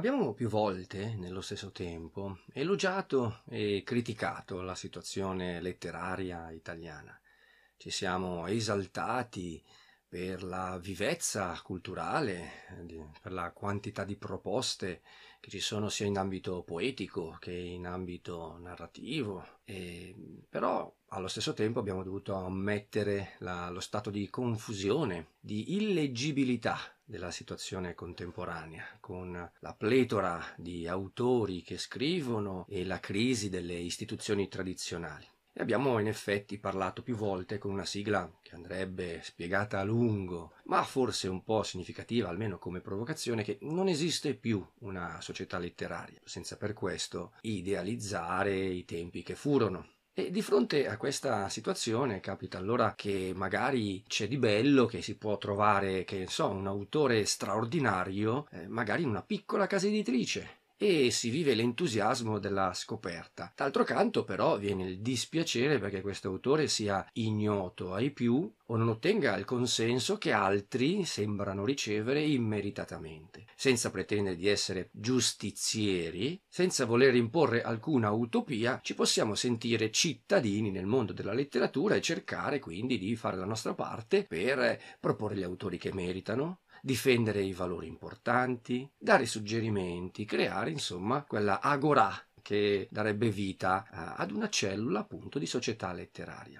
Abbiamo più volte, nello stesso tempo, elogiato e criticato la situazione letteraria italiana. Ci siamo esaltati per la vivezza culturale, per la quantità di proposte che ci sono sia in ambito poetico che in ambito narrativo, però allo stesso tempo abbiamo dovuto ammettere lo stato di confusione, di illeggibilità della situazione contemporanea, con la pletora di autori che scrivono e la crisi delle istituzioni tradizionali. E abbiamo in effetti parlato più volte con una sigla che andrebbe spiegata a lungo, ma forse un po' significativa, almeno come provocazione, che non esiste più una società letteraria, senza per questo idealizzare i tempi che furono. E di fronte a questa situazione capita allora che magari c'è di bello che si può trovare, che so, un autore straordinario, magari in una piccola casa editrice, e si vive l'entusiasmo della scoperta. D'altro canto però viene il dispiacere perché questo autore sia ignoto ai più o non ottenga il consenso che altri sembrano ricevere immeritatamente. Senza pretendere di essere giustizieri, senza voler imporre alcuna utopia, ci possiamo sentire cittadini nel mondo della letteratura e cercare quindi di fare la nostra parte per proporre gli autori che meritano, difendere i valori importanti, dare suggerimenti, creare insomma quella agorà che darebbe vita ad una cellula appunto di società letteraria.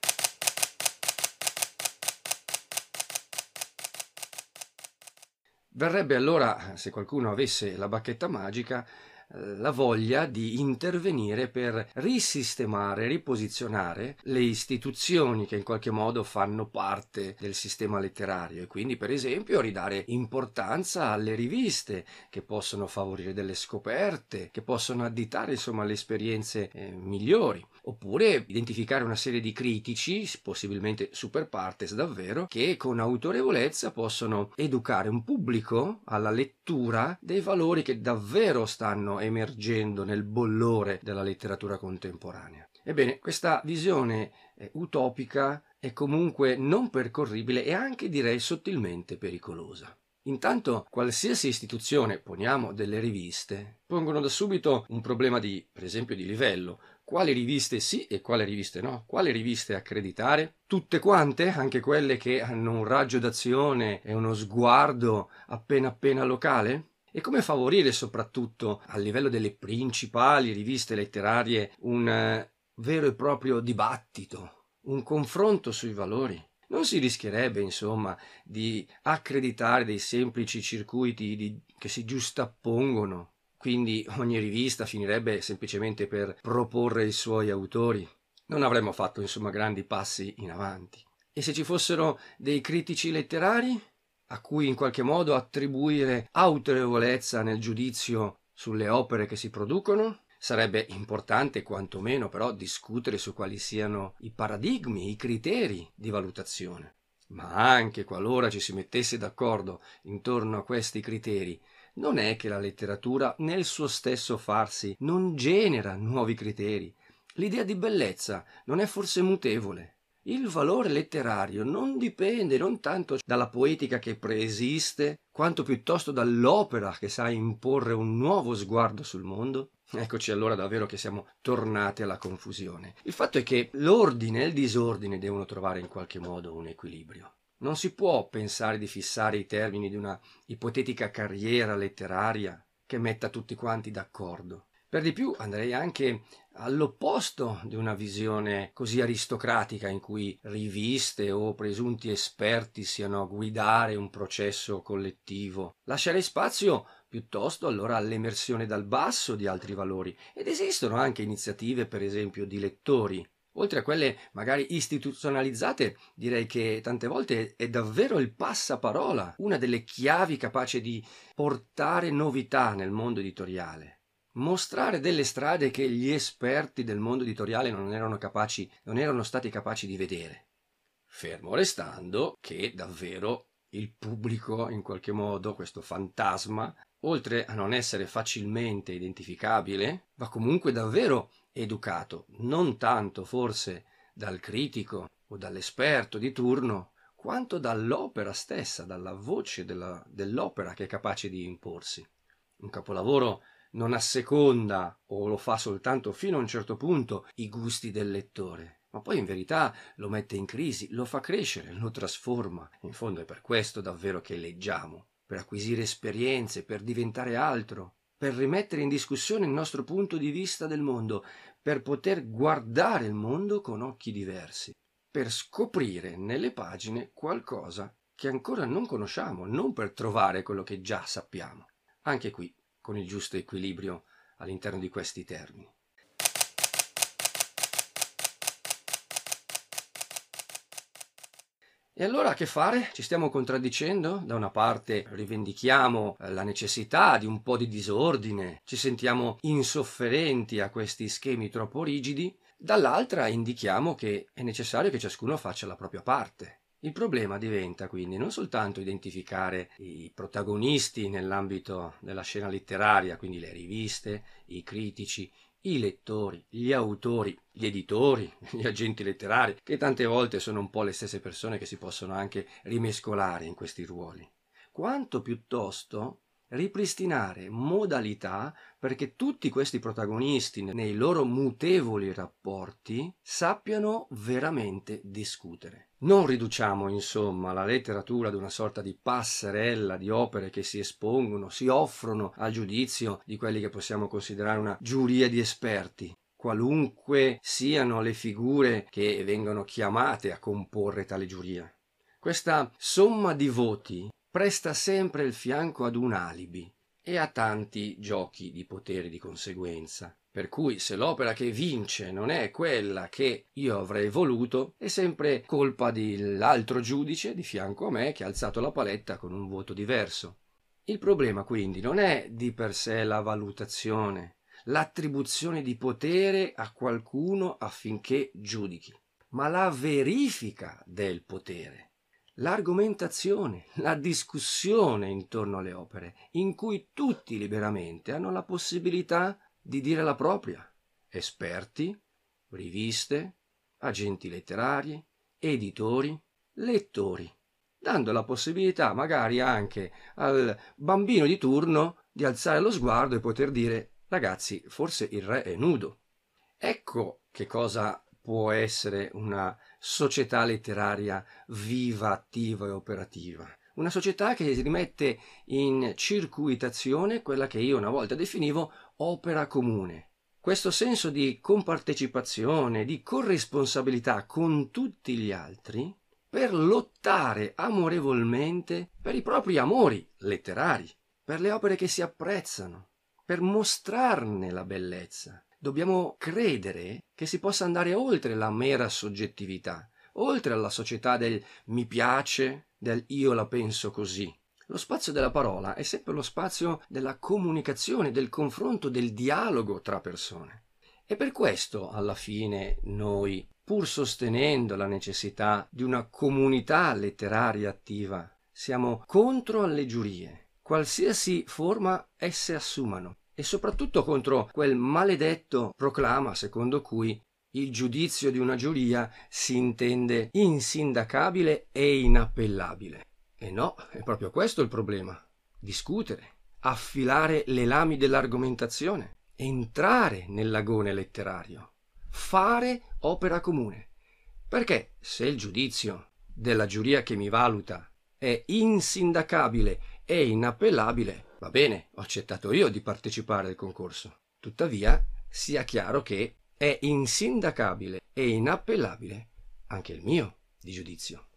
Verrebbe allora, se qualcuno avesse la bacchetta magica, la voglia di intervenire per risistemare, riposizionare le istituzioni che in qualche modo fanno parte del sistema letterario e quindi per esempio ridare importanza alle riviste che possono favorire delle scoperte, che possono additare insomma le esperienze migliori, oppure identificare una serie di critici, possibilmente super partes davvero, che con autorevolezza possono educare un pubblico alla lettura dei valori che davvero stanno emergendo nel bollore della letteratura contemporanea. Ebbene, questa visione utopica è comunque non percorribile e anche direi sottilmente pericolosa. Intanto qualsiasi istituzione, poniamo delle riviste, pongono da subito un problema per esempio di livello. Quali riviste sì e quali riviste no? Quali riviste accreditare? Tutte quante, anche quelle che hanno un raggio d'azione e uno sguardo appena locale? E come favorire soprattutto a livello delle principali riviste letterarie un vero e proprio dibattito, un confronto sui valori? Non si rischierebbe, insomma, di accreditare dei semplici circuiti che si giustappongono? Quindi ogni rivista finirebbe semplicemente per proporre i suoi autori. Non avremmo fatto, insomma, grandi passi in avanti. E se ci fossero dei critici letterari a cui in qualche modo attribuire autorevolezza nel giudizio sulle opere che si producono? Sarebbe importante quantomeno però discutere su quali siano i paradigmi, i criteri di valutazione. Ma anche qualora ci si mettesse d'accordo intorno a questi criteri, non è che la letteratura nel suo stesso farsi non genera nuovi criteri. L'idea di bellezza non è forse mutevole? Il valore letterario non dipende non tanto dalla poetica che preesiste, quanto piuttosto dall'opera che sa imporre un nuovo sguardo sul mondo? Eccoci allora davvero che siamo tornati alla confusione. Il fatto è che l'ordine e il disordine devono trovare in qualche modo un equilibrio. Non si può pensare di fissare i termini di una ipotetica carriera letteraria che metta tutti quanti d'accordo. Per di più andrei anche all'opposto di una visione così aristocratica in cui riviste o presunti esperti siano a guidare un processo collettivo. Lascerei spazio piuttosto allora all'emersione dal basso di altri valori ed esistono anche iniziative per esempio di lettori. Oltre a quelle magari istituzionalizzate, direi che tante volte è davvero il passaparola una delle chiavi capace di portare novità nel mondo editoriale. Mostrare delle strade che gli esperti del mondo editoriale non erano stati capaci di vedere. Fermo restando che davvero il pubblico, in qualche modo, questo fantasma, oltre a non essere facilmente identificabile, va comunque davvero educato, non tanto forse dal critico o dall'esperto di turno, quanto dall'opera stessa, dalla voce dell'opera che è capace di imporsi. Un capolavoro non asseconda, o lo fa soltanto fino a un certo punto, i gusti del lettore, ma poi in verità lo mette in crisi, lo fa crescere, lo trasforma. In fondo è per questo davvero che leggiamo, per acquisire esperienze, per diventare altro, per rimettere in discussione il nostro punto di vista del mondo, per poter guardare il mondo con occhi diversi, per scoprire nelle pagine qualcosa che ancora non conosciamo, non per trovare quello che già sappiamo. Anche qui, con il giusto equilibrio all'interno di questi termini. E allora che fare? Ci stiamo contraddicendo? Da una parte rivendichiamo la necessità di un po' di disordine, ci sentiamo insofferenti a questi schemi troppo rigidi, dall'altra indichiamo che è necessario che ciascuno faccia la propria parte. Il problema diventa quindi non soltanto identificare i protagonisti nell'ambito della scena letteraria, quindi le riviste, i critici, i lettori, gli autori, gli editori, gli agenti letterari, che tante volte sono un po' le stesse persone che si possono anche rimescolare in questi ruoli, quanto piuttosto ripristinare modalità perché tutti questi protagonisti nei loro mutevoli rapporti sappiano veramente discutere. Non riduciamo insomma la letteratura ad una sorta di passerella di opere che si espongono, si offrono al giudizio di quelli che possiamo considerare una giuria di esperti, qualunque siano le figure che vengono chiamate a comporre tale giuria. Questa somma di voti presta sempre il fianco ad un alibi e a tanti giochi di potere di conseguenza. Per cui se l'opera che vince non è quella che io avrei voluto, è sempre colpa dell'altro giudice di fianco a me che ha alzato la paletta con un voto diverso. Il problema quindi non è di per sé la valutazione, l'attribuzione di potere a qualcuno affinché giudichi, ma la verifica del potere. L'argomentazione, la discussione intorno alle opere, in cui tutti liberamente hanno la possibilità di dire la propria. Esperti, riviste, agenti letterari, editori, lettori, dando la possibilità magari anche al bambino di turno di alzare lo sguardo e poter dire: ragazzi, forse il re è nudo. Ecco che cosa può essere una società letteraria viva, attiva e operativa. Una società che rimette in circuitazione quella che io una volta definivo opera comune. Questo senso di compartecipazione, di corresponsabilità con tutti gli altri per lottare amorevolmente per i propri amori letterari, per le opere che si apprezzano, per mostrarne la bellezza. Dobbiamo credere che si possa andare oltre la mera soggettività, oltre alla società del mi piace, del io la penso così. Lo spazio della parola è sempre lo spazio della comunicazione, del confronto, del dialogo tra persone. E per questo, alla fine, noi, pur sostenendo la necessità di una comunità letteraria attiva, siamo contro alle giurie, qualsiasi forma esse assumano, e soprattutto contro quel maledetto proclama secondo cui il giudizio di una giuria si intende insindacabile e inappellabile. E no, è proprio questo il problema. Discutere, affilare le lami dell'argomentazione, entrare nell'agone letterario, fare opera comune. Perché se il giudizio della giuria che mi valuta è insindacabile e inappellabile, va bene, ho accettato io di partecipare al concorso. Tuttavia, sia chiaro che è insindacabile e inappellabile anche il mio di giudizio.